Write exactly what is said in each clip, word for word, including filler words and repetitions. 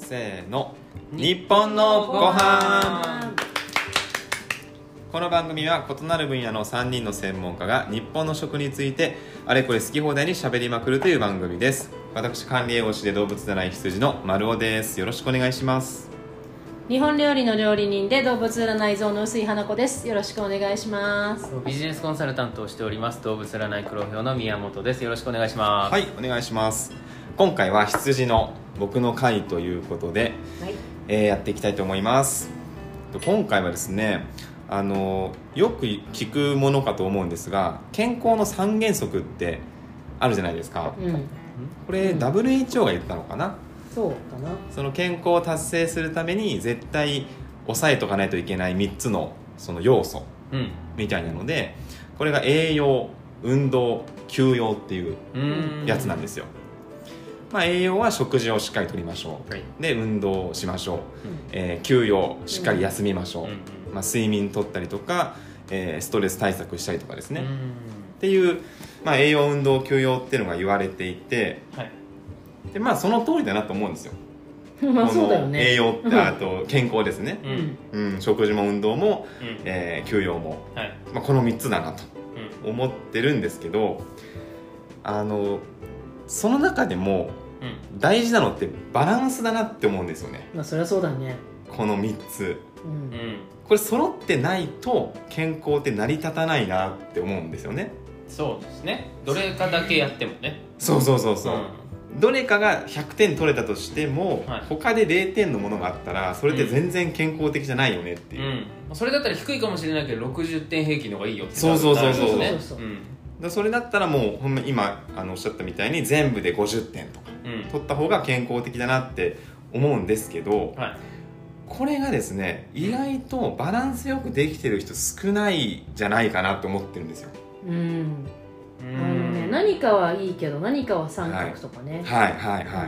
せーの、日本のご飯。この番組は異なる分野のさんにんの専門家が日本の食についてあれこれ好き放題に喋りまくるという番組です。私、管理栄養士で動物占い羊の丸尾です。よろしくお願いします。 日本料理の料理人で動物占い像の薄井花子です。よろしくお願いします。 ビジネスコンサルタントをしております動物占い黒豹の宮本です。よろしくお願いします。 はい、お願いします。今回は羊の僕の回ということで、はいえー、やっていきたいと思います。今回はですね、あのよく聞くものかと思うんですが、健康の三原則ってあるじゃないですか、うん、これ、うん、ダブリューエイチオー が言ったのかな。 そうかな。 その健康を達成するために絶対抑えとかないといけないみっつのその要素みたいなので、うん、これが栄養、運動、休養っていうやつなんですよ。まあ、栄養は食事をしっかりとりましょう、はい、で運動をしましょう、うんえー、休養しっかり休みましょう、うんまあ、睡眠とったりとか、えー、ストレス対策したりとかですね、うん、っていう、まあ、栄養運動休養っていうのが言われていて、はい、でまあその通りだなと思うんですよ。 まあそうだよね。 栄養ってあと健康ですね、うんうん、食事も運動も、うんえー、休養も、はいまあ、このみっつだなと思ってるんですけど、あのその中でも大事なのってバランスだなって思うんですよね。 まあそりゃそうだね。 このみっつ、うん、これ揃ってないと健康って成り立たないなって思うんですよね。 そうですね。どれかだけやってもね。 そうそうそうそう、うん、どれかがひゃくてん取れたとしても、はい、他でれいてんのものがあったらそれって全然健康的じゃないよねっていう、うんうん、それだったら低いかもしれないけどろくじゅってん平均の方がいいよってそうそうそうそうそう、 ね、 だそれだったらもうほんま今あのおっしゃったみたいに全部でごじゅってんとか、うん、取った方が健康的だなって思うんですけど、はい、これがですね意外とバランスよくできてる人少ないじゃないかなと思ってるんですよ。うんあのね、何かはいいけど何かは三角とかね、 はい、はいはいはい、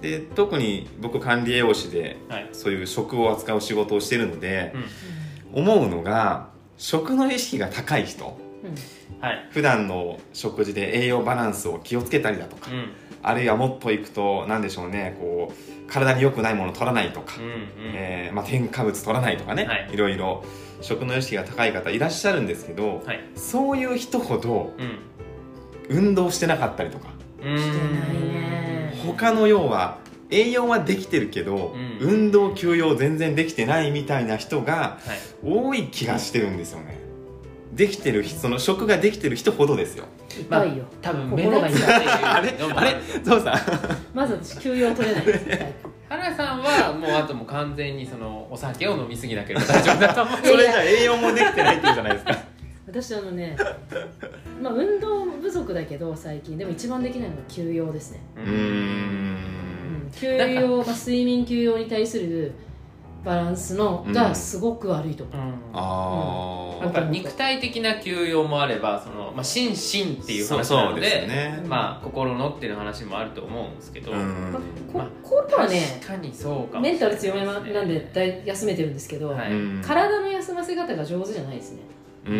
で特に僕管理栄養士で、はい、そういう食を扱う仕事をしてるので、うん、思うのが食の意識が高い人、うんはい、普段の食事で栄養バランスを気をつけたりだとか、うん、あるいはもっといくと何でしょうね、こう体に良くないものを取らないとか、うんうんえーまあ、添加物取らないとかね、はい、いろいろ食の意識が高い方いらっしゃるんですけど、はい、そういう人ほど、うん、運動してなかったりとかしてないね。 他の要は栄養はできてるけど、うん、運動休養全然できてないみたいな人が多い気がしてるんですよね。できてるその食ができてる人ほどですよ。 痛いよ、 まあ、多分目立つあれあれゾウさんまず私休養取れないです原さんはもうあともう完全にそのお酒を飲みすぎなければ大丈夫だと思うそれじゃ栄養もできてないっていうじゃないですか私あのね、まあ、運動不足だけど最近でも一番できないのが休養ですね。うーん、うん、休養、まあ、睡眠休養に対するバランスのがすごく悪いと思う、うんあうん、やっぱ肉体的な休養もあればその、まあ、心身っていう話なの で, で、ねまあ、心のっていう話もあると思うんですけど、うんまあ、心はね確かにそうかもメンタル強めなんでだい休めてるんですけど、はい、体の休ませ方が上手じゃないですね。うん、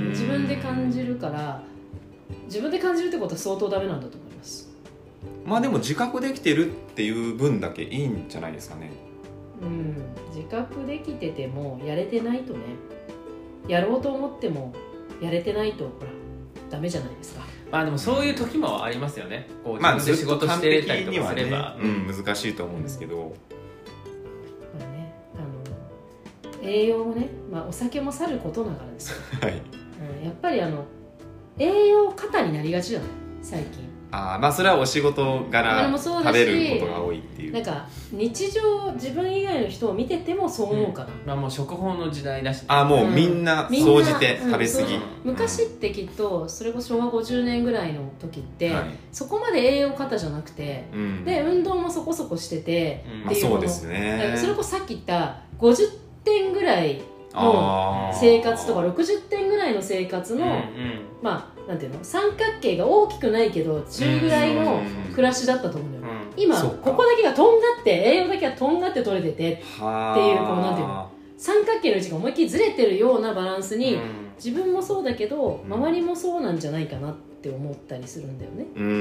自分で感じるから自分で感じるってことは相当ダメなんだと思います。 まあでも自覚できてるっていう分だけいいんじゃないですかね。 うん、自覚できててもやれてないとね、やろうと思ってもやれてないとほらダメじゃないですか。 まあでもそういう時もありますよね。こう自分で仕事してたりとかすれば、まあねうん、難しいと思うんですけど、うんまあね、あの栄養もね、まあ、お酒もさることながらですよ、はいうん、やっぱりあの栄養過多になりがちじゃない最近。 あまあそれはお仕事柄食べることが多いっていう。 なんか日常自分以外の人を見ててもそう思うかな、うんまあ、もう食法の時代だし、ね、 あもうみんな総じて食べ過ぎ、うん、 昔ってきっとそれこそしょうわごじゅうねんぐらいの時って、はい、そこまで栄養過多じゃなくて、うん、で運動もそこそこしてて、うん、っていう、まあ、そうですね。それこそさっき言ったごじゅってんぐらいの生活とかろくじゅってんぐらいの生活の、うんうん、まあなんていうの三角形が大きくないけど中ぐらいの暮らしだったと思うんだよ、うん、今ここだけがとんがって栄養だけがとんがって取れててっていうこうなんていうの三角形の位置が思いっきりずれてるようなバランスに、うん、自分もそうだけど周りもそうなんじゃないかなっって思ったりするんだよね。 うーん、うん、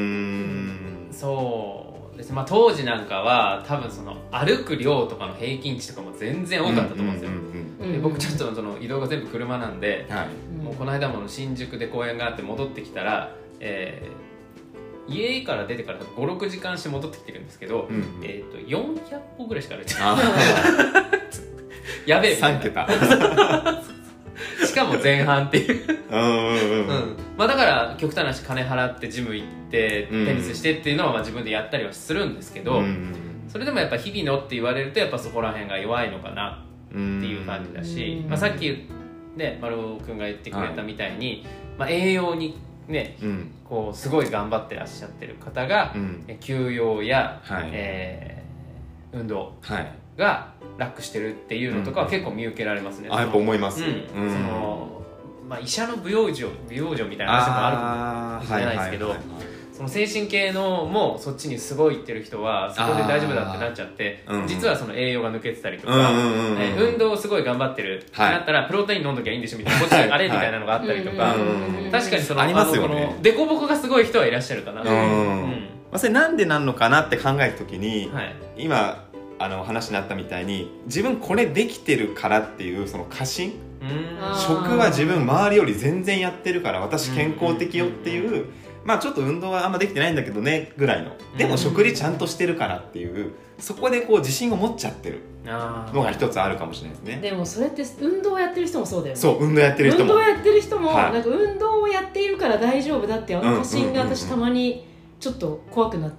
そうです、まあ、当時なんかは多分その歩く量とかの平均値とかも全然多かったと思うんですよ、うんうんうん、で僕ちょっとその移動が全部車なんで、はい、もうこの間も新宿で公園があって戻ってきたら、えー、家から出てからごろくじかんして戻ってきてるんですけど、うんうん、えー、とよんひゃっぽぐらいしか歩いてないやべえみたいなさんけたしかも前半っていううん、うん、まあ、だから極端な話金払ってジム行ってテニスしてっていうのはまあ自分でやったりはするんですけど、うん、それでもやっぱ日々のって言われるとやっぱそこら辺が弱いのかなっていう感じだし、まあ、さっきね丸尾くんが言ってくれたみたいに、はい、まあ、栄養にね、うん、こうすごい頑張ってらっしゃってる方が、うん、休養や、はい、えー、運動が楽してるっていうのとかは結構見受けられますね、 うん、あ、やっぱ思います、うん、 うん、そのまあ、医者の舞踊場舞踊場みたいな話もあるかもしれないですけど、その精神系のもそっちにすごい行ってる人はそこで大丈夫だってなっちゃって、うん、実はその栄養が抜けてたりとか、うんうん、運動をすごい頑張ってるってなったらプロテイン飲んどきゃいいんでしょみたいな、こっちあれみたいなのがあったりとか、確かにその、ありますよね、デコボコがすごい人はいらっしゃるかな、うんうん、まあ、それなんでなんのかなって考えた時に、はい、今あの話になったみたいに自分これできてるからっていうその過信、食は自分周りより全然やってるから私健康的よっていう、まあちょっと運動はあんまできてないんだけどねぐらいの、でも食事ちゃんとしてるからっていうそこでこう自信を持っちゃってるのが一つあるかもしれないですね。 でもそれって運動をやってる人もそうだよね。 そう、運動やってる人も運動やってる人も、はい、なんか運動をやっているから大丈夫だっていう過信が私たまにちょっと怖くなって、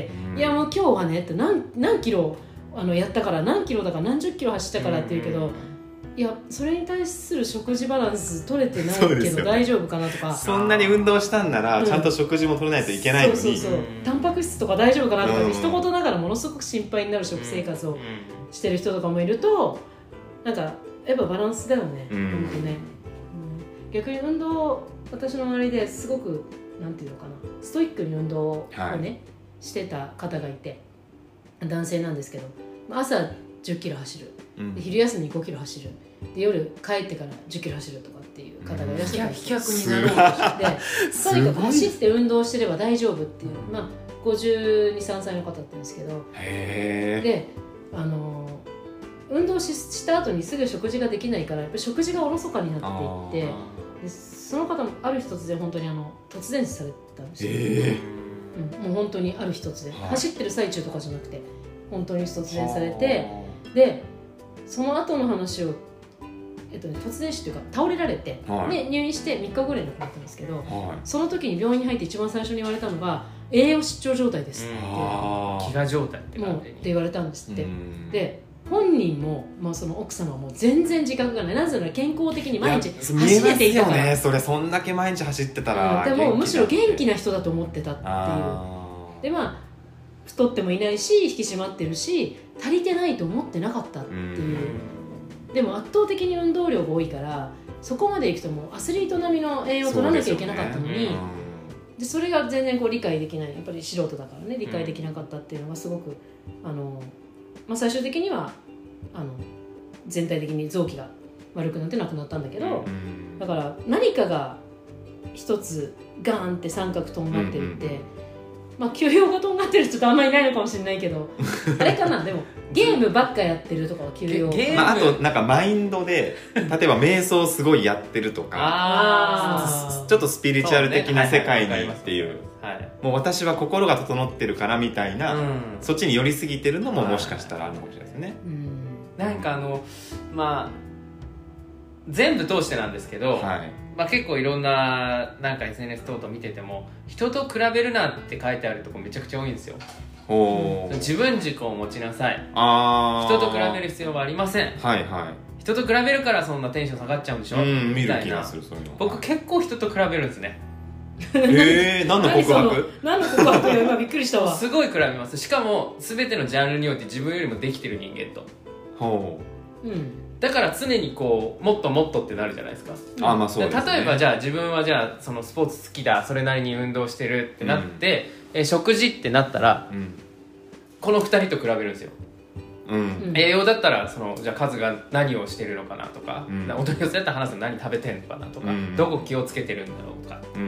うん、いやもう今日はねって 何, 何キロあのやったから何キロだから何十キロ走ったからっていうけど、うん、いやそれに対する食事バランス取れてないけど大丈夫かなとか、 そんなに運動したんならちゃんと食事も取れないといけないのに、 そうそうそう、タンパク質とか大丈夫かなとかって一言ながらものすごく心配になる食生活をしてる人とかもいると、なんかやっぱバランスだよね、うん、本当ね、うん、逆に運動私の周りですごくなんていうのかなストイックに運動をね、はい、してた方がいて、男性なんですけど朝じゅっキロ走る、うん、で昼休みにごキロ走るで夜帰ってからじゅっキロ走るとかっていう方がいらっしゃるんですよ、 飛脚になろうとしてとにかく走って運動してれば大丈夫っていう、まあ、ごじゅうに、さんさいの方って言うんですけど、 へであの運動 し, した後にすぐ食事ができないからやっぱり食事がおろそかになっていって、でその方もある日突然本当にあの突然死されたんですよ、 えーうん、もう本当にある日突然、はい、走ってる最中とかじゃなくて本当に突然されて、でその後の話を、えっとね、突然死というか倒れられて、はい、で入院してみっかぐらい亡くなったんですけど、はい、その時に病院に入って一番最初に言われたのが栄養失調状態ですって、 飢餓状態ってもうって言われたんですって。で本人も、まあ、その奥様も全然自覚がない。なぜなら健康的に毎日走れていたから。見えますよね、 それそんだけ毎日走ってたら、 うん、でもむしろ元気な人だと思ってたっていう。でまあ太ってもいないし引き締まってるし足りてないと思ってなかったっていう。でも圧倒的に運動量が多いからそこまでいくともうアスリート並みの栄養を取らなきゃいけなかったのに、 そ, で、ねでそれが全然こう理解できない、やっぱり素人だからね理解できなかったっていうのがすごくあの、まあ、最終的にはあの全体的に臓器が悪くなってなくなったんだけど、だから何かが一つガーンって三角とんがってるって、まあ休養がとんがってる人とあんまりいないのかもしれないけどあれかな、でもゲームばっかやってるとかは休養、 まあ、あとなんかマインドで例えば瞑想すごいやってるとかあちょっとスピリチュアル的な世界にっていう、はい、もう私は心が整ってるからみたいな、うん、そっちに寄りすぎてるのももしかしたらあるかもしれないですね、うん、 なんかあのまあ全部通してなんですけど、はい、まあ、結構いろんななんか エスエヌエス 等々見てても人と比べるなって書いてあるとこめちゃくちゃ多いんですよ。お自分軸を持ちなさい、あ人と比べる必要はありません、はいはい、人と比べるからそんなテンション下がっちゃうんでしょ、うん、みたいな。僕結構人と比べるんですね。 えー、何の告白何の告白よ、今びっくりしたわ。 すごい比べます。しかも全てのジャンルにおいて自分よりもできてる人間と、ほう、うん、だから常にこうもっともっとってなるじゃないですか、 うん、あ、まあそうですね。 例えばじゃあ自分はじゃあそのスポーツ好きだ、それなりに運動してるってなって、うん、え食事ってなったら、うん、このふたりと比べるんですよ、うん、栄養だったらそのじゃあカズが何をしてるのかなとか、うん、お取り寄せだったら話すの何食べてんのかなとか、うん、どこ気をつけてるんだろうとか、うん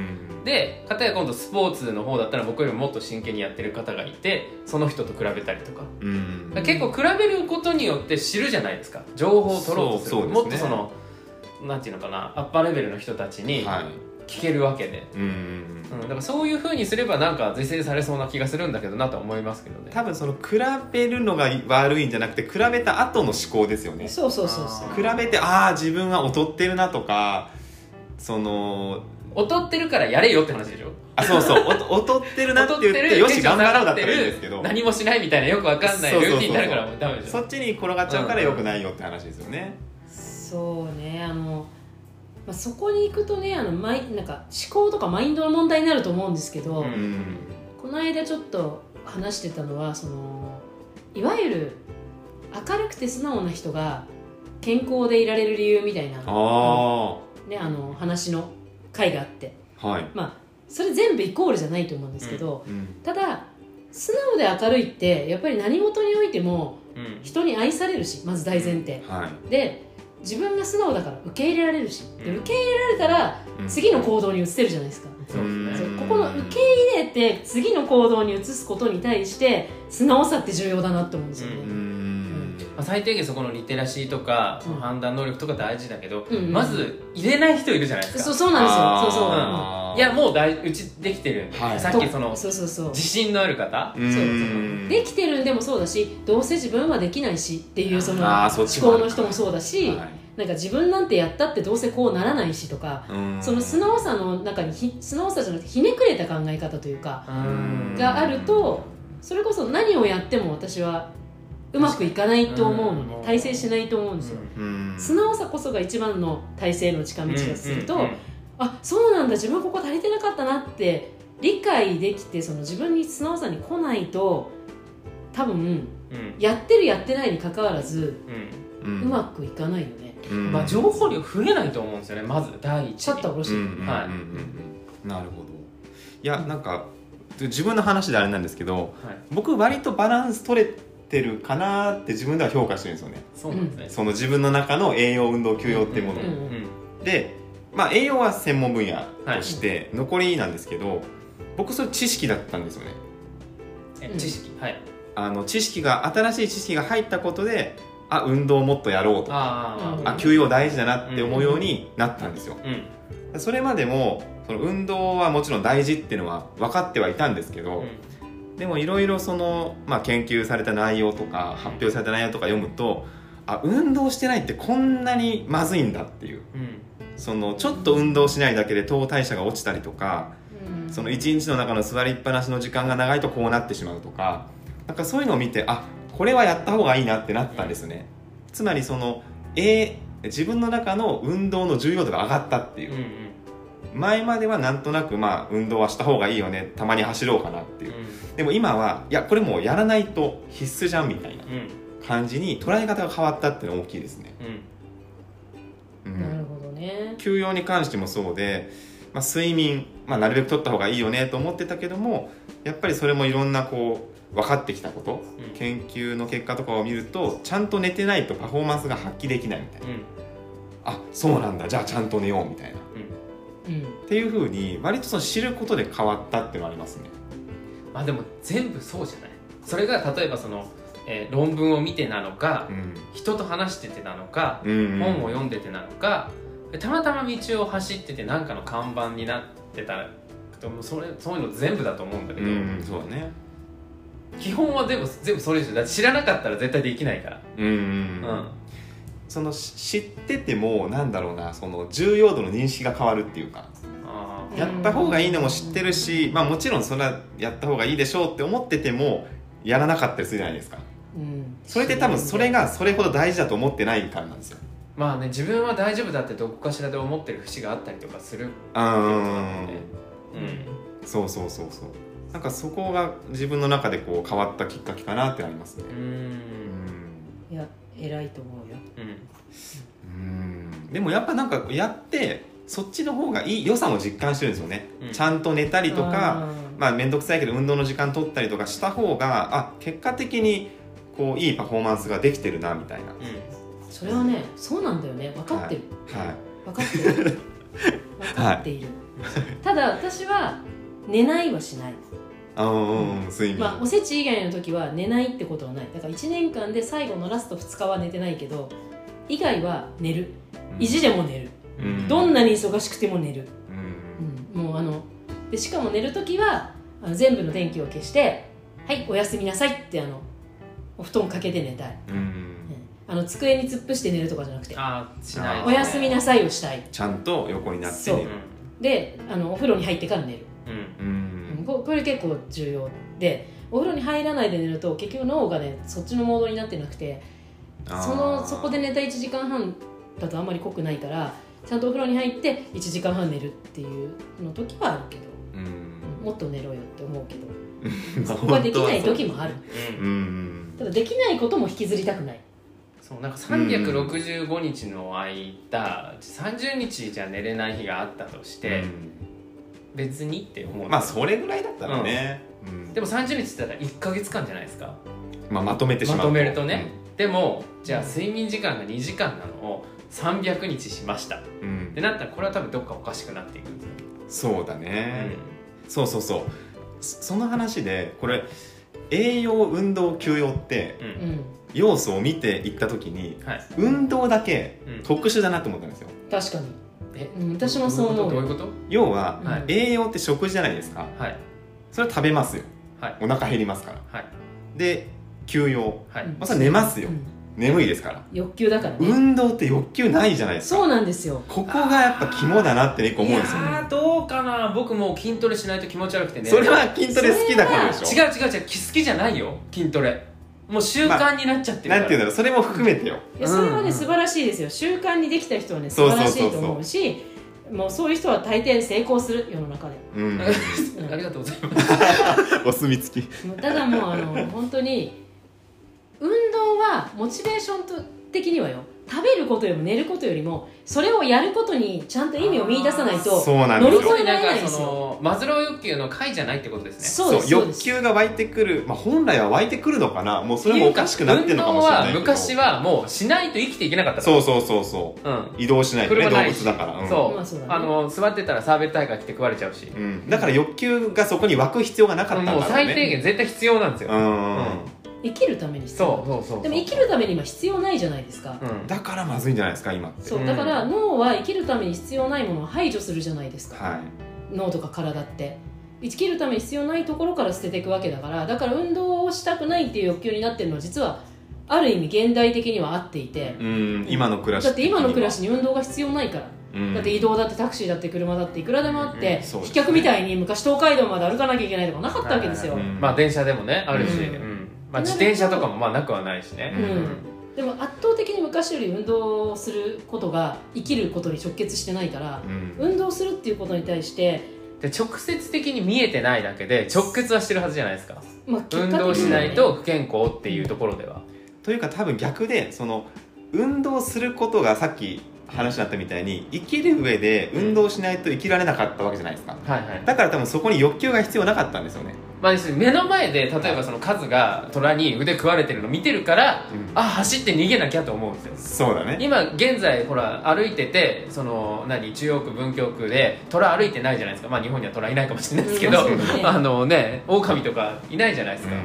で片や今度スポーツの方だったら僕よりももっと真剣にやってる方がいてその人と比べたりとか、うん、結構比べることによって知るじゃないですか情報を取ろうとする。そうそうですね、もっとそのなんていうのかなアッパーレベルの人たちに聞けるわけで、はいうんうんうん、だからそういう風にすればなんか是正されそうな気がするんだけどなと思いますけどね。 多分その比べるのが悪いんじゃなくて比べた後の思考ですよね。 そうそうそうそう。 比べてああ自分は劣ってるなとかその劣ってるからやれよって話でしょ。 あそうそう劣ってるなって言ってよし頑張ろうだったらいいんですけど何もしないみたいなよくわかんないルーティンになるからもうダメでしょ。 そっちに転がっちゃうからよくないよって話ですよね、 うん、そうねあの、まあ、そこに行くとねあのマイなんか思考とかマインドの問題になると思うんですけど、うん、この間ちょっと話してたのはそのいわゆる明るくて素直な人が健康でいられる理由みたいなあ、ね、あの話の回があって、はいまあ、それ全部イコールじゃないと思うんですけど、うんうん、ただ素直で明るいってやっぱり何事においても人に愛されるしまず大前提、うんはい、で自分が素直だから受け入れられるしで受け入れられたら次の行動に移せるじゃないですか、うん、そうここの受け入れて次の行動に移すことに対して素直さって重要だなって思うんですよね、うんまあ、最低限そこのリテラシーとか、うん、判断能力とか大事だけど、うんうん、まず入れない人いるじゃないですか。 そうそうなんですよ。そうそう、うん、 いやもうだいうちできてるんで、はい、さっきそのそうそうそう自信のある方そうそうできてるんでもそうだしどうせ自分はできないしっていうその思考の人もそうだし、はい、なんか自分なんてやったってどうせこうならないしとかその素直さの中にひ素直さじゃなくてひねくれた考え方というかがあるとそれこそ何をやっても私はうまくいかないと思うので、大成しないと思うんですよ、うん、素直さこそが一番の大成の近道だとすると、うんうんうん、あ、そうなんだ自分ここ足りてなかったなって理解できてその自分に素直さに来ないと多分、うん、やってるやってないに関わらず、うん、うまくいかないよね、 うんまあ、情報量増えないと思うんですよねまず第一にシャッター下ろして、うんうんうんはい、なるほど。いやなんか自分の話であれなんですけど、はい、僕割とバランス取れてるかなって自分では評価してるんですよね。 そうなんですね。 その自分の中の栄養運動休養っていうものを、うんうんうん、で、まあ、栄養は専門分野として残りなんですけど、はい、僕それ知識だったんですよね。 え知識、はい、 あの知識が新しい知識が入ったことであ運動をもっとやろうとか あ, あ休養大事だなって思うようになったんですよ、うんうん、それまでもその運動はもちろん大事っていうのは分かってはいたんですけど、うんでもいろいろその、まあ、研究された内容とか発表された内容とか読むとあ運動してないってこんなにまずいんだっていう、うん、そのちょっと運動しないだけで糖代謝が落ちたりとか、うん、そのいちにちの中の座りっぱなしの時間が長いとこうなってしまうとかなんかそういうのを見てあこれはやった方がいいなってなったんですね、うん、つまりその、えー、自分の中の運動の重要度が上がったっていう、うんうん前まではなんとなくまあ運動はした方がいいよねたまに走ろうかなっていう、うん、でも今はいやこれもうやらないと必須じゃんみたいな感じに捉え方が変わったっていうのは大きいですね、 うんうん、なるほどね。 休養に関してもそうで、まあ、睡眠、まあ、なるべく取った方がいいよねと思ってたけどもやっぱりそれもいろんなこう分かってきたこと、うん、研究の結果とかを見るとちゃんと寝てないとパフォーマンスが発揮できないみたいな、うん、あそうなんだじゃあちゃんと寝ようみたいなうん、っていう風に割とその知ることで変わったっていうのはありますね。 まあでも全部そうじゃない。それが例えばその、えー、論文を見てなのか、うん、人と話しててなのか、うんうん、本を読んでてなのかたまたま道を走ってて何かの看板になってたらそれそういうの全部だと思うんだけど、うん、そうだね。基本は全部全部それですよ。だって知らなかったら絶対できないから。うんうんうんうんその知っててもなんだろうなその重要度の認識が変わるっていうかあやった方がいいのも知ってるし、まあ、もちろんそれはやった方がいいでしょうって思っててもやらなかったりするじゃないですか、うん、それって多分それがそれほど大事だと思ってないからなんですよ。 まあね自分は大丈夫だってどこかしらで思ってる節があったりとかするあうん、 うん、そうそうそうそうなんかそこが自分の中でこう変わったきっかけかなってありますね。うんいや偉いと思うよ、 うん、うんでもやっぱなんかやってそっちの方がいい良さも実感してるんですよね、うん、ちゃんと寝たりとかまあ面倒くさいけど運動の時間取ったりとかした方があ結果的にこういいパフォーマンスができてるなみたいな、うん、 それはねそうなんだよね分かってる、はいはい、分かってる分かっている、はいただ私は寝ないはしない。 あ、うん、睡眠、 まあ、おせち以外の時は寝ないってことはない。だからいちねんかんで最後のラストふつかは寝てないけど、以外は寝る、意地でも寝る、うん、どんなに忙しくても寝る、うんうん、もうあのでしかも寝る時はあの全部の電気を消してはいおやすみなさいってあのお布団かけて寝たい、うんうん、あの机に突っ伏して寝るとかじゃなくて、 あしない、ね、 おやすみなさいをしたい。 ちゃんと横になって寝る。 であのお風呂に入ってから寝る、うんうんこれ結構重要で、お風呂に入らないで寝ると結局脳がねそっちのモードになってなくて、そのそこで寝たいちじかんはんだとあんまり濃くないから、ちゃんとお風呂に入っていちじかんはん寝るっていうの時はあるけど、うん、もっと寝ろよって思うけどそこができない時もある、うん、ただできないことも引きずりたくない。 そうなんかさんびゃくろくじゅうごにちの間、さんじゅうにちじゃ寝れない日があったとして、うん、別にって思う。 まあそれぐらいだったらね、 うんうん、でもさんじゅうにちって言ったらいっかげつかんじゃないですか、 まあ、まとめてしまうとまとめるとね、うん、でもじゃあ睡眠時間がにじかんなのをさんびゃくにちしました、うん、ってなったらこれは多分どっかおかしくなっていくんですよ。そうだね、うん、そうそうそう、その話でこれ栄養運動休養って、うん、要素を見ていった時に、はい、運動だけ特殊だなと思ったんですよ。 確かにえ、うん、私もそう思う。 どういうこと？ 要は、はい、栄養って食事じゃないですか、はい、それは食べますよ、はい、お腹減りますから、はい、で休養、はい、まあ、それ寝ますよ、うん、眠いですから欲求だからね。 運動って欲求ないじゃないですか。 そうなんですよ。 ここがやっぱ肝だなって一個思うんですよね。 いやどうかな、僕もう筋トレしないと気持ち悪くてね。 それは筋トレ好きだからでしょ。 違う違う違う、好きじゃないよ筋トレ。もう習慣になっちゃってるから、まあ、 なんていうんだろう、それも含めてよ。 いやそれはね、素晴らしいですよ。習慣にできた人はね素晴らしいと思うし、もうそういう人は大抵成功する世の中で、うん、 ありがとうございますお墨付き。 ただもうあの本当に運動はモチベーション的にはよ、食べることよりも寝ることよりもそれをやることにちゃんと意味を見出さないと乗り越えられないんですよ。 マズロー欲求の回じゃないってことですね。 そうです、 そう欲求が湧いてくる、まあ、本来は湧いてくるのかな、もうそれもおかしくなってるのかもしれないけど、 運動は昔はもうしないと生きていけなかったから。 そうそうそうそう、うん、移動しないとね、動物だから、うん、 そう、まあそうだね、あの座ってたらサーベル大会来て食われちゃうし、うん、 だから欲求がそこに湧く必要がなかったんだろうね。 もう最低限絶対必要なんですよ、うん、うん生きるために必要。そうそうそうそう。でも生きるために今必要ないじゃないですか、 うん、だからまずいんじゃないですか今って。 そうだから脳は生きるために必要ないものを排除するじゃないですか、はい、脳とか体って生きるために必要ないところから捨てていくわけだから、だから運動をしたくないっていう欲求になってるのは実はある意味現代的には合っていて、 うん、今の暮らしだって今の暮らしに運動が必要ないから、うん、だって移動だってタクシーだって車だっていくらでもあって、うんうん、飛脚みたいに昔東海道まで歩かなきゃいけないとかなかったわけですよ、 うん、まあ電車でもねあるし、うんうんまあ、自転車とかもまあなくはないしね、うんうん、でも圧倒的に昔より運動することが生きることに直結してないから、うん、運動するっていうことに対してで直接的に見えてないだけで直結はしてるはずじゃないですか、まあね、運動しないと不健康っていうところでは、 というか多分逆で、その運動することがさっき話になったみたいに生きる上で運動しないと生きられなかったわけじゃないですか、はいはい、だから多分そこに欲求が必要なかったんですよね。 まあ、目の前で例えばそのカズが虎に腕食われてるの見てるから、うん、あ走って逃げなきゃと思うんですよ。そうだね。 今現在ほら歩いててその何中央区文京区で虎歩いてないじゃないですか。まあ日本には虎いないかもしれないですけど、うん、あのね狼とかいないじゃないですか、うん、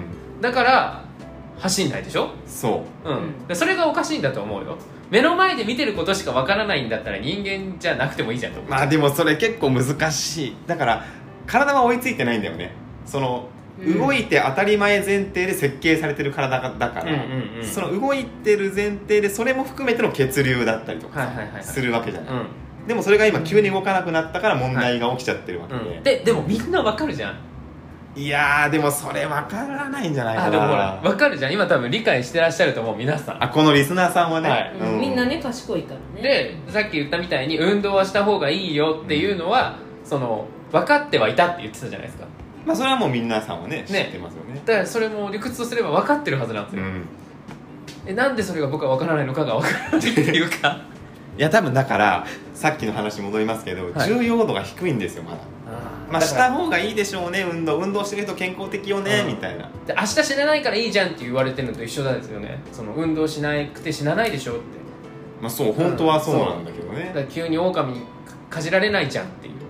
だから走んないでしょ。 そう、 うん、でそれがおかしいんだと思うよ。目の前で見てることしかわからないんだったら人間じゃなくてもいいじゃんと思う。 まあでもそれ結構難しい。だから体は追いついてないんだよね。その、うん、動いて当たり前前提で設計されてる体だから、うんうんうん、その動いてる前提でそれも含めての血流だったりとか、はいはいはいはい、するわけじゃない、うん、でもそれが今急に動かなくなったから問題が起きちゃってるわけで、はいうん、 で, でもみんなわかるじゃん。 いやーでもそれ分からないんじゃないかな。あでもほら分かるじゃん。今多分理解してらっしゃると思う皆さん。 あこのリスナーさんはね、はいうん、みんなね賢いからね。 でさっき言ったみたいに運動はした方がいいよっていうのは、うん、その分かってはいたって言ってたじゃないですか。 まあそれはもう皆さんはね知ってますよね。 だからそれも理屈とすれば分かってるはずなんですよ、うん、えなんでそれが僕は分からないのかが分からないっていうかいや多分だからさっきの話に戻りますけど、はい、重要度が低いんですよまだ。あまあした方がいいでしょうね。運動運動してる人健康的よね、うん、みたいな。 で明日死なないからいいじゃんって言われてるのと一緒なんですよね。その運動しなくて死なないでしょって。 まあそう本当はそうなんだけどね。 だから急に狼にかじられないじゃんっていう。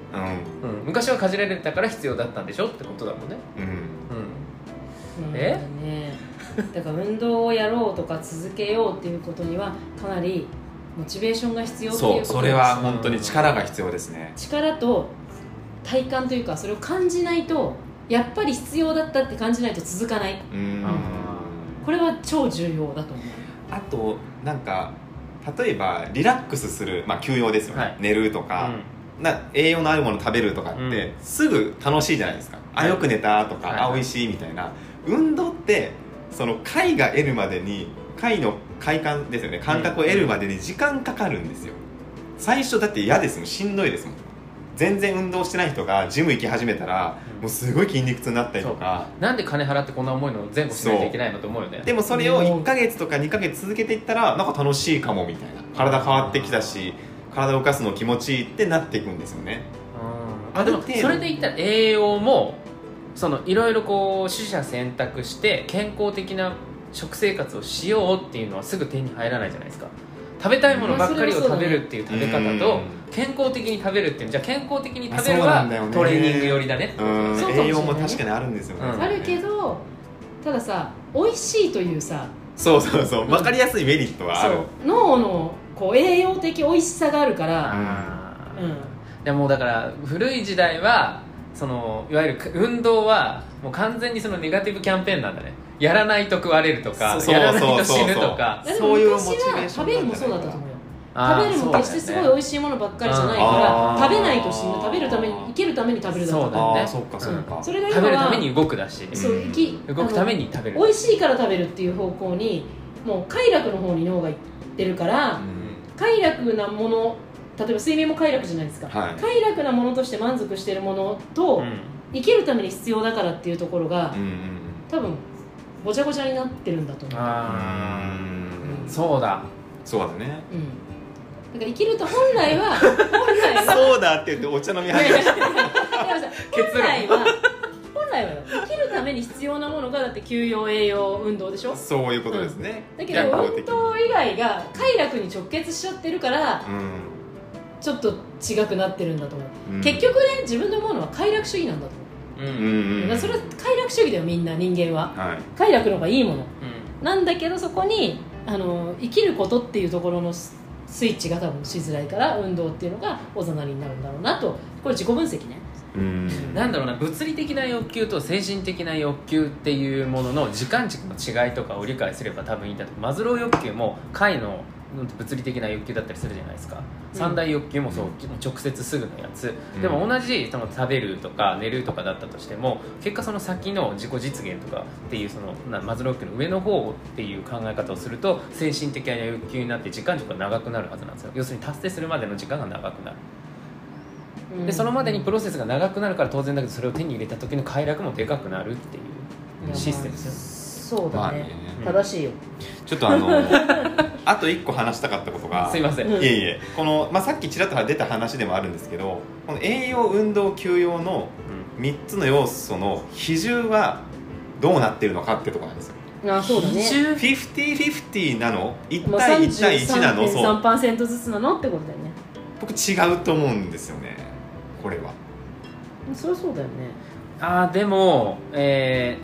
うんうん、昔はかじられたから必要だったんでしょってことだもんね。うん、 うん、え、ね、だから運動をやろうとか続けようっていうことにはかなりモチベーションが必要っていうことです。 そう、それは本当に力が必要ですね。 力と体感というか、それを感じないと、やっぱり必要だったって感じないと続かない。うん、これは超重要だと思う。 あとなんか例えばリラックスする、まあ、休養ですよね、はい、寝るとか、うん、な栄養のあるもの食べるとかって、うん、すぐ楽しいじゃないですか、はい、あよく寝たとか、はい、あ美味しいみたいな。運動ってその快が得るまでに、快の快感ですよね、感覚を得るまでに時間かかるんですよ。最初だって嫌ですもん、しんどいですもん。全然運動してない人がジム行き始めたら、うん、もうすごい筋肉痛になったりとか、 なんで金払ってこんな重いの全部しないといけないのと思うよね。 でもそれをいっかげつとかにかげつ続けていったら、なんか楽しいかもみたいな、体変わってきたし、体を動かすの気持ちいいってなっていくんですよね。 あ、でもそれで言ったら栄養もそのいろいろこう取捨選択して健康的な食生活をしようっていうのはすぐ手に入らないじゃないですか。食べたいものばっかりを食べるっていう食べ方と、健康的に食べるっていう、じゃあ健康的に食べるはトレーニング寄りだね。 栄養も確かにあるんですよね、うん、 あるけど、たださ、美味しいというさ、 そうそうそう、分かりやすいメリットはある。 脳のこう栄養的美味しさがあるから、 うんうん、でもだから古い時代はそのいわゆる運動はもう完全にそのネガティブキャンペーンなんだね。やらないと食われるとか、やらないと死ぬとか、 そういうモチベーション。食べるもそうだったと思うよ。食べるも決してすごい美味しいものばっかりじゃないから、食べないと死ぬ、食べるために生きるために食べるだったからね。 そうかそうか。 それが今は食べるために動くだし、 そう生き動くために食べる。 美味しいから食べるっていう方向に、もう快楽の方に脳がいってるから、快楽なもの、例えば睡眠も快楽じゃないですか。快楽なものとして満足しているものと、生きるために必要だからっていうところが、多分ごちゃごちゃになってるんだと思う。あー、うん、そうだそうだね、うん、だから生きると本来は本来はそうだって言ってお茶飲み始めた。本来は本来は生きるために必要なものがだって休養、栄養、運動でしょ。 そういうことですね、 うん、だけど運動以外が快楽に直結しちゃってるから、うん、ちょっと違くなってるんだと思う、うん、結局ね、自分で思うのは快楽主義なんだと思う。うんうんうん、それは快楽主義だよ、みんな人間は、はい、快楽の方がいいもの、うん、なんだけど、そこにあの生きることっていうところのスイッチが多分しづらいから、運動っていうのがおざなりになるんだろうなと。これ自己分析ね。 うん、なんだろうな、物理的な欲求と精神的な欲求っていうものの時間軸の違いとかを理解すれば多分いいんだと。マズロー欲求も快の物理的な欲求だったりするじゃないですか、うん、三大欲求もそう、直接すぐのやつ、うん、でも同じその食べるとか寝るとかだったとしても、結果その先の自己実現とかっていうそのマズロー欲求の上の方っていう考え方をすると、精神的な欲求になって時間軸が長くなるはずなんですよ。要するに達成するまでの時間が長くなる。でそのまでにプロセスが長くなるから当然だけど、それを手に入れた時の快楽もでかくなるっていうシステムですよ。 そうだね、まあ、正しいよ。 ちょっとあのあといっこ話したかったことが、 すいません、 いえいえ、この、まあ、さっきちらっと出た話でもあるんですけど、この栄養、運動、休養のみっつの要素の比重はどうなってるのかってところなんですよ。 あ、そうだね。 フィフティーフィフティーなの ?いち 対いち対いちなの？ さんてんさんパーセント ずつなのってことだよね。 僕違うと思うんですよね、これは。 そりゃそうだよね。 あ、でも、え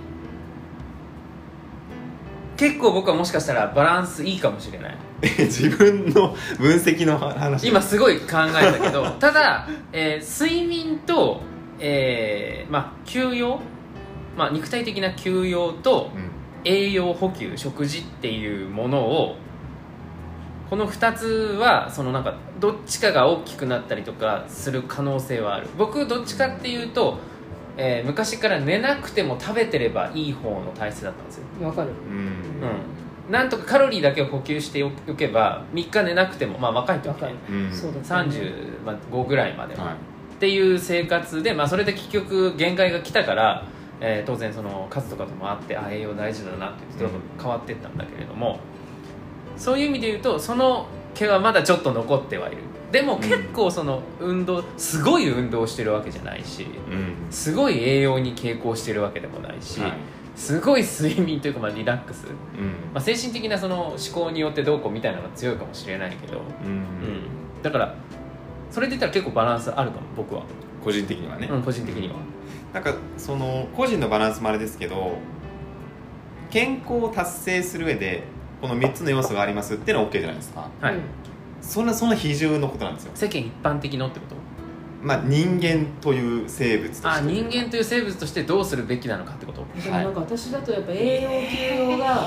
ー、結構僕はもしかしたらバランスいいかもしれない。 自分の分析の話、 今すごい考えたけどただ、えー、睡眠と、えーまあ、休養、まあ、肉体的な休養と、うん、栄養補給、食事っていうものを、このふたつはそのなんかどっちかが大きくなったりとかする可能性はある。僕どっちかっていうと、えー、昔から寝なくても食べてればいい方の体質だったんですよ。 わかる。 うん、うん、なんとかカロリーだけを補給しておけばみっか寝なくても、まあ若い時ね、うん、さんじゅうごぐらいまで、はい、っていう生活で、まあ、それで結局限界が来たから、えー、当然その数とかともあって、あ、栄養大事だなってどんどん変わっていったんだけれども、うん、そういう意味で言うとその毛はまだちょっと残ってはいる。でも結構その運動、すごい運動してるわけじゃないし、うん、すごい栄養に傾向してるわけでもないし、はい、すごい睡眠というか、まあリラックス、うん、まあ、精神的なその思考によってどうこうみたいなのが強いかもしれないけど、うんうん、だからそれで言ったら結構バランスあるかも、僕は。 個人的にはね、 うん、個人的にはなんかその個人のバランスもあれですけど、健康を達成する上でこのみっつの要素がありますっていうのは OK じゃないですか。 はい、 そんなその比重のことなんですよ。 世間一般的のってこと？ まあ、人間という生物として、 あ、人間という生物としてどうするべきなのかってこと。 でもなんか私だとやっぱ栄養休養が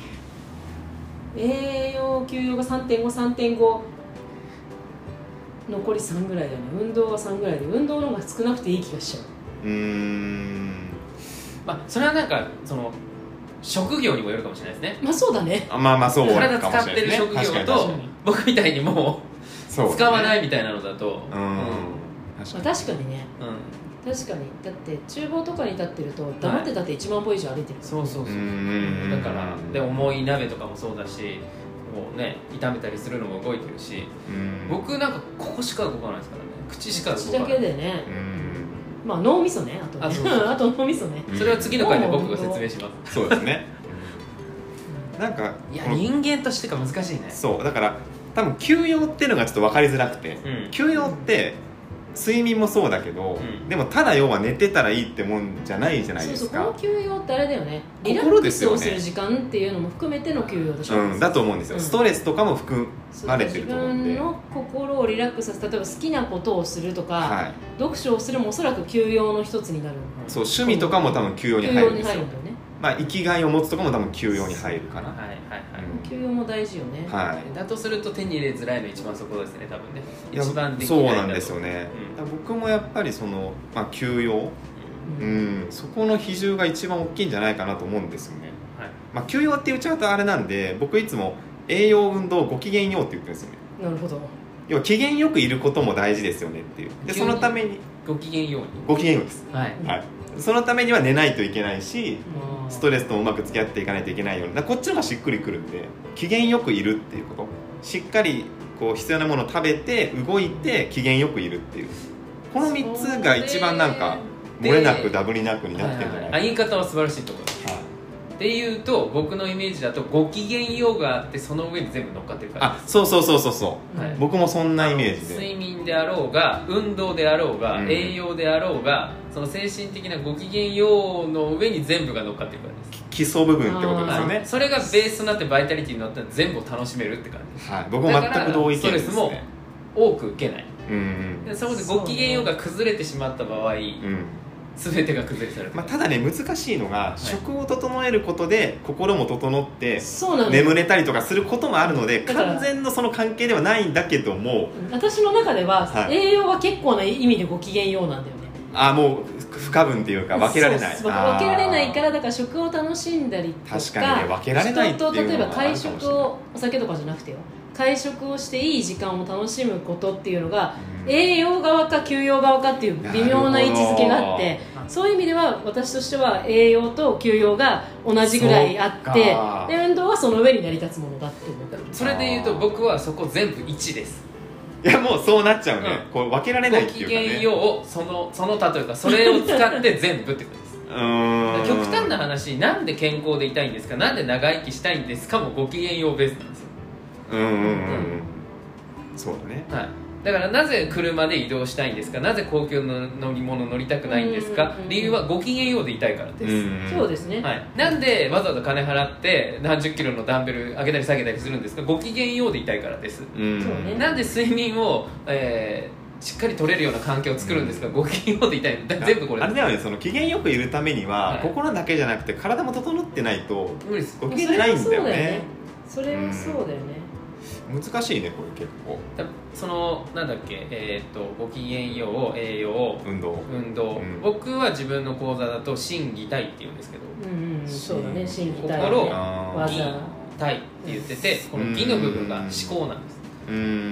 栄養休養が さんてんご、さんてんご 残りさんぐらいだよね。運動がさんぐらいで、運動の方が少なくていい気がしちゃう。 うーん、 まあそれはなんかその職業にもよるかもしれないですね。 まあそうだね。 あ、まあまあそうかもしれない体使ってる職業と僕みたいにもう使わないみたいなのだと、 うん、うん、確かにね、うん、確かに。だって厨房とかに立ってると黙ってたっていちまん歩以上歩いてる、はい、 そうそうそう。だからで重い鍋とかもそうだし、もうね炒めたりするのも動いてるし、僕なんかここしか動かないですからね。口しか動かない。 口だけでね。まあ脳みそね、あとね、あ、そうそうあと脳みそね。 それは次の回で僕が説明します。 そうですね。なんかいや人間としてが難しいね。 そうだから多分休養っていうのがちょっと分かりづらくて、うん、休養って睡眠もそうだけど、うん、でもただ要は寝てたらいいってもんじゃないじゃないですか。 そうそう、この休養ってあれだよね、リラックスをする時間っていうのも含めての休養でしょ、 うん、だと思うんですよ、うん、ストレスとかも含まれてると思うんで、 自分の心をリラックスさせて、例えば好きなことをするとか、はい、読書をするもおそらく休養の一つになる。 そう、趣味とかも多分休養に入るんですよ。 休養に入るんだよね。 まあ、生きがいを持つとかも多分休養に入るかな。はいはいはい、 うん、休養も大事よね、 はい、だとすると手に入れづらいの一番そこですね、多分ね。一番できない。そうなんですよね、うん、僕もやっぱりその、まあ、休養、うんうん、そこの比重が一番大きいんじゃないかなと思うんですよね、はい。まあ、休養って言っちゃうとあれなんで、僕いつも栄養運動ご機嫌ようって言ってるんですよね。 なるほど。 要は機嫌よくいることも大事ですよねっていう。でそのためにご機嫌ようにご機嫌ようです、 はい、 はい、そのためには寝ないといけないし、ストレスともうまく付き合っていかないといけないように、だからこっちの方がしっくりくるんで、機嫌よくいるっていうこと、しっかりこう必要なものを食べて動いて機嫌よくいるっていう、このみっつが一番なんか漏れなくダブりなくになってるんじゃないか、 はいはい、言い方は素晴らしいと思います、はい。っていうと僕のイメージだとご機嫌ようがあって、その上に全部乗っかってるから。 あ、そうそうそうそうそう、はい、僕もそんなイメージで、 睡眠であろうが運動であろうが、うん、栄養であろうが、その精神的なご機嫌ようの上に全部が乗っかってるからです。 基礎部分ってことですよね。 それがベースになってバイタリティになったら全部を楽しめるって感じです、 はい、僕も全く同意見ですね。 ストレスも多く受けない、うん、でそこでご機嫌ようが崩れてしまった場合、うん、全てが崩れ去る、 まあ、ただね難しいのが、はい、食を整えることで心も整って眠れたりとかすることもあるので、完全のその関係ではないんだけども、 私の中では、はい、栄養は結構な意味でご機嫌ようなんだよね。 あ、もう不可分っていうか分けられない。 そうそう、分けられないから、だから食を楽しんだりとか、 確かにね、分けられないっていうのは人と例えば会食を、お酒とかじゃなくてよ、会食をしていい時間を楽しむことっていうのが、うん、栄養側か休養側かっていう微妙な位置づけがあって、そういう意味では私としては栄養と休養が同じぐらいあって、で運動はその上に成り立つものだって思った。 それでいうと僕はそこ全部いちです。 いや、もうそうなっちゃうね、うん、こう分けられないっていうかね。 ご機嫌よう、そのその他というかそれを使って全部ってことです。うーん、極端な話、なんで健康でいたいんですか、なんで長生きしたいんですかもご機嫌ようベースなんですよ。 うんうんうん、うん、そうだね、 はい。だからなぜ車で移動したいんですか、なぜ公共の乗り物乗りたくないんですか、理由はご機嫌ようでいたいからです。 そうですね、 はい。なんでわざわざ金払って何十キロのダンベル上げたり下げたりするんですか、ご機嫌ようでいたいからです。うん、そうね。なんで睡眠を、えー、しっかり取れるような環境を作るんですか、ご機嫌ようでいたい。全部これあれだよね、その機嫌よくいるためには、はい、心だけじゃなくて体も整ってないと無理です。ご機嫌じゃないんだよね。 それはそうだよね。 難しいね、これ結構。 そのなんだっけ、えー、っとご機嫌よう、栄養、 運動、 運動、うん、僕は自分の講座だと心技体って言うんですけど、 うんうん、そうだね、心技体、 心技体って言ってて、この技の部分が思考なんです。 うん、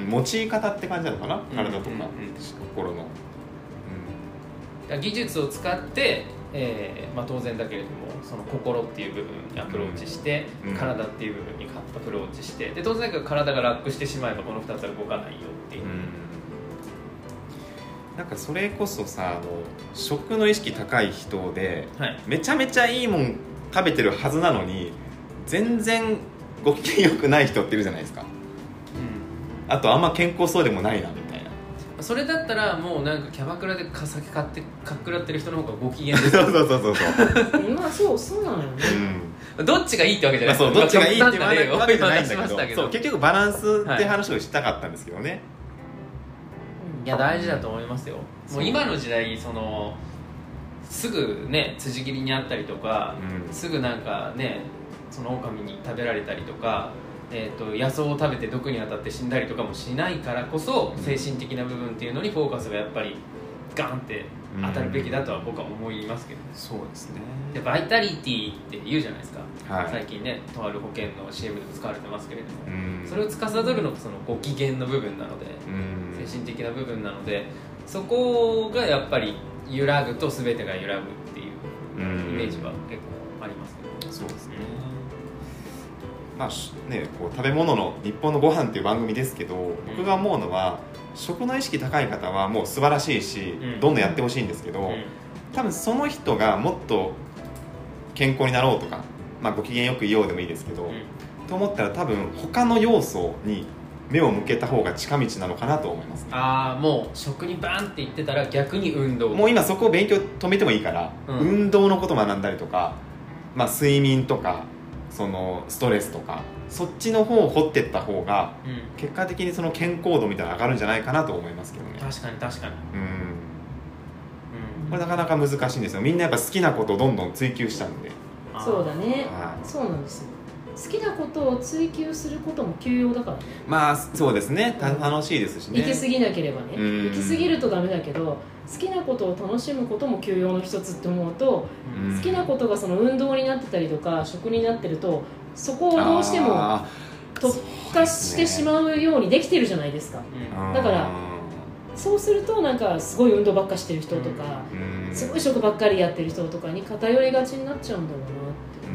用い方って感じなのかな、体とか、うんうん、心の、 うん、技術を使って、えーまあ、当然だけれどもその心っていう部分にアプローチして、うん、体っていう部分にアプローチして、で当然体がラックしてしまえばこのふたつは動かないよっていう、うん、 なんかそれこそさ、あの食の意識高い人で、はい、めちゃめちゃいいもん食べてるはずなのに全然ご機嫌よくない人っているじゃないですか、うん、あとあんま健康そうでもないなみたいな。 それだったらもうなんかキャバクラで酒買ってかっくらってる人の方がご機嫌ですそうそうそうそうそうまあそうそうなのよね、 うん、どっちがいいってわけじゃないですか、まあ、そうどっちがいいって言わけじゃないんだけど、 けどそう結局バランスって話をしたかったんですけどね、はい、 いや大事だと思いますよ。もう今の時代そのすぐね辻切りにあったりとか、うん、すぐなんかねその狼に食べられたりとか、えー、と野草を食べて毒に当たって死んだりとかもしないからこそ、うん、精神的な部分っていうのにフォーカスがやっぱりガンって当たるべきだとは僕は思いますけど、 うん、そうですね。 でバイタリティって言うじゃないですか、 はい、 最近ねとある保険の シーエム でも使われてますけれども、 うん、 それを司るのがそのご機嫌の部分なので、うん、精神的な部分なのでそこがやっぱり揺らぐと全てが揺らぐっていうイメージは結構ありますけど、 そうですね。まあね、こう食べ物の日本のご飯っていう番組ですけど、僕が思うのは食の意識高い方はもう素晴らしいし、うん、どんどんやってほしいんですけど、うん、多分その人がもっと健康になろうとか、まあ、ご機嫌よくいようでもいいですけど、うん、と思ったら多分他の要素に目を向けた方が近道なのかなと思います、ね、 ああもう食にバーンって言ってたら逆に運動、 もう今そこを勉強止めてもいいから、うん、運動のこと学んだりとか、まあ、睡眠とかそのストレスとかそっちの方を掘っていった方が、うん、結果的にその健康度みたいなの上がるんじゃないかなと思いますけどね。 確かに確かに、うんうん、これなかなか難しいんですよ。みんなやっぱ好きなことをどんどん追求しちゃうんで。 そうだね、はい、そうなんですよ。好きなことを追求することも休養だからね。 まあそうですね、楽しいですしね。 行き過ぎなければね、行き過ぎるとダメだけど好きなことを楽しむことも休養の一つって思うと、好きなことがその運動になってたりとか食になってるとそこをどうしても突破してしまうようにできてるじゃないですか。だからそうするとなんかすごい運動ばっかしてる人とかすごい食ばっかりやってる人とかに偏りがちになっちゃうんだろうなって。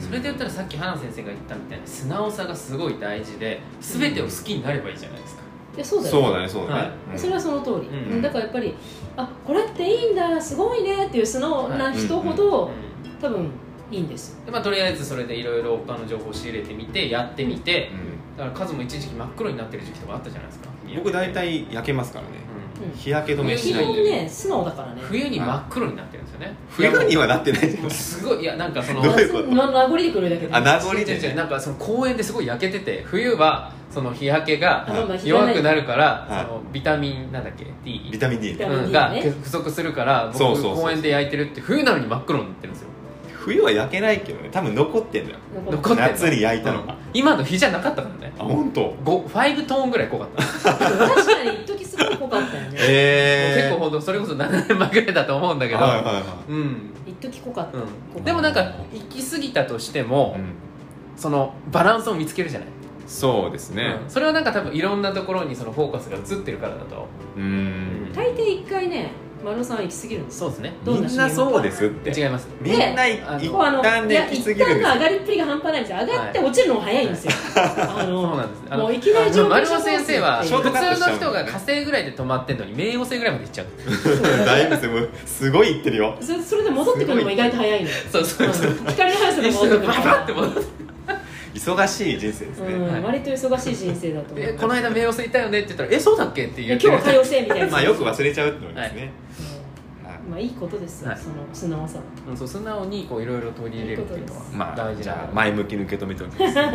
それで言ったらさっき花先生が言ったみたいに素直さがすごい大事で全てを好きになればいいじゃないですか。 いやそうだよね、 そうだねそうだね、はい、 それはその通り、うん、だからやっぱりあこれっていいんだすごいねっていう素直な人ほど、はい、多分いいんですよ。 で、まあ、とりあえずそれでいろいろ他の情報を仕入れてみてやってみて、うん、だから数も一時期真っ黒になってる時期とかあったじゃないですか。 僕大体焼けますからね、うん、日焼け止めしないで、ね、素直だからね。 冬に真っ黒になってるんですよね。 冬にはなってないじゃん。 すごいいやなんかそのどういうこと？ 名残でくるだけで、 あ名残で違う違うなんかその公園ですごい焼けてて冬はその日焼けが弱くなるから、はい、そのビタミンなんだっけ D ビタミン D、 うん、が不足するから僕公園で焼いてるって冬なのに真っ黒になってるんですよ。 冬は焼けないけどね、多分残ってんだよ。残って夏に焼いたのが、うん、 今の日じゃなかったからね。 あ本当。 ご、ファイブトーンぐらい濃かった確かに一時すごい濃かったよね。 えー、 結構ほんとそれこそななねんまえぐらいだと思うんだけど、はいはいはい、うん、 一時濃かった、 うん、でもなんか行き過ぎたとしても、うん、そのバランスを見つけるじゃない。 そうですね、 うん、それはなんか多分いろんなところにそのフォーカスが移ってるからだと。 うーん、 大抵一回ね丸尾さんは行き過ぎるんです。 そうですね。 みんなそうですって違います。 みんな一旦で行き過ぎるんです。 一旦の上がりっぷりが半端ないんですよ。上がって落ちるのも早いんですよ、はい、あのそうなんです。あのもういきなり上丸尾先生は普通の人が火星ぐらいで止まってんのに冥王星ぐらいまで行っちゃうだいぶすごい行ってるよ。 それ、それで戻ってくるのも意外と早いの。 そうそうそう、 光の速さで戻ってくるからババって戻って忙しい人生ですね、 うん、割と忙しい人生だと思う。 えこの間冥王星いたよねって言ったらえそうだっけって言って今日は火曜星みたいなまあよく忘れちゃうってことですね、はいまあいいことですよ、はい、その素直さ、 うん、そう素直にこういろいろ取り入れるっていうのはまあ大事な、 じゃあ前向きに受け止めておきますはい、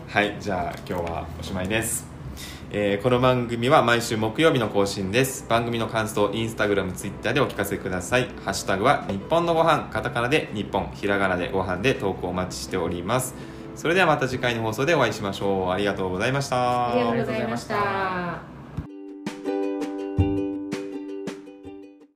はい、じゃあ今日はおしまいです、えー、この番組は毎週木曜日の更新です。番組の感想インスタグラムツイッターでお聞かせください。ハッシュタグは日本のご飯、カタカナで日本、ひらがなでご飯で投稿お待ちしております。それではまた次回の放送でお会いしましょう。ありがとうございました。 ありがとうございました。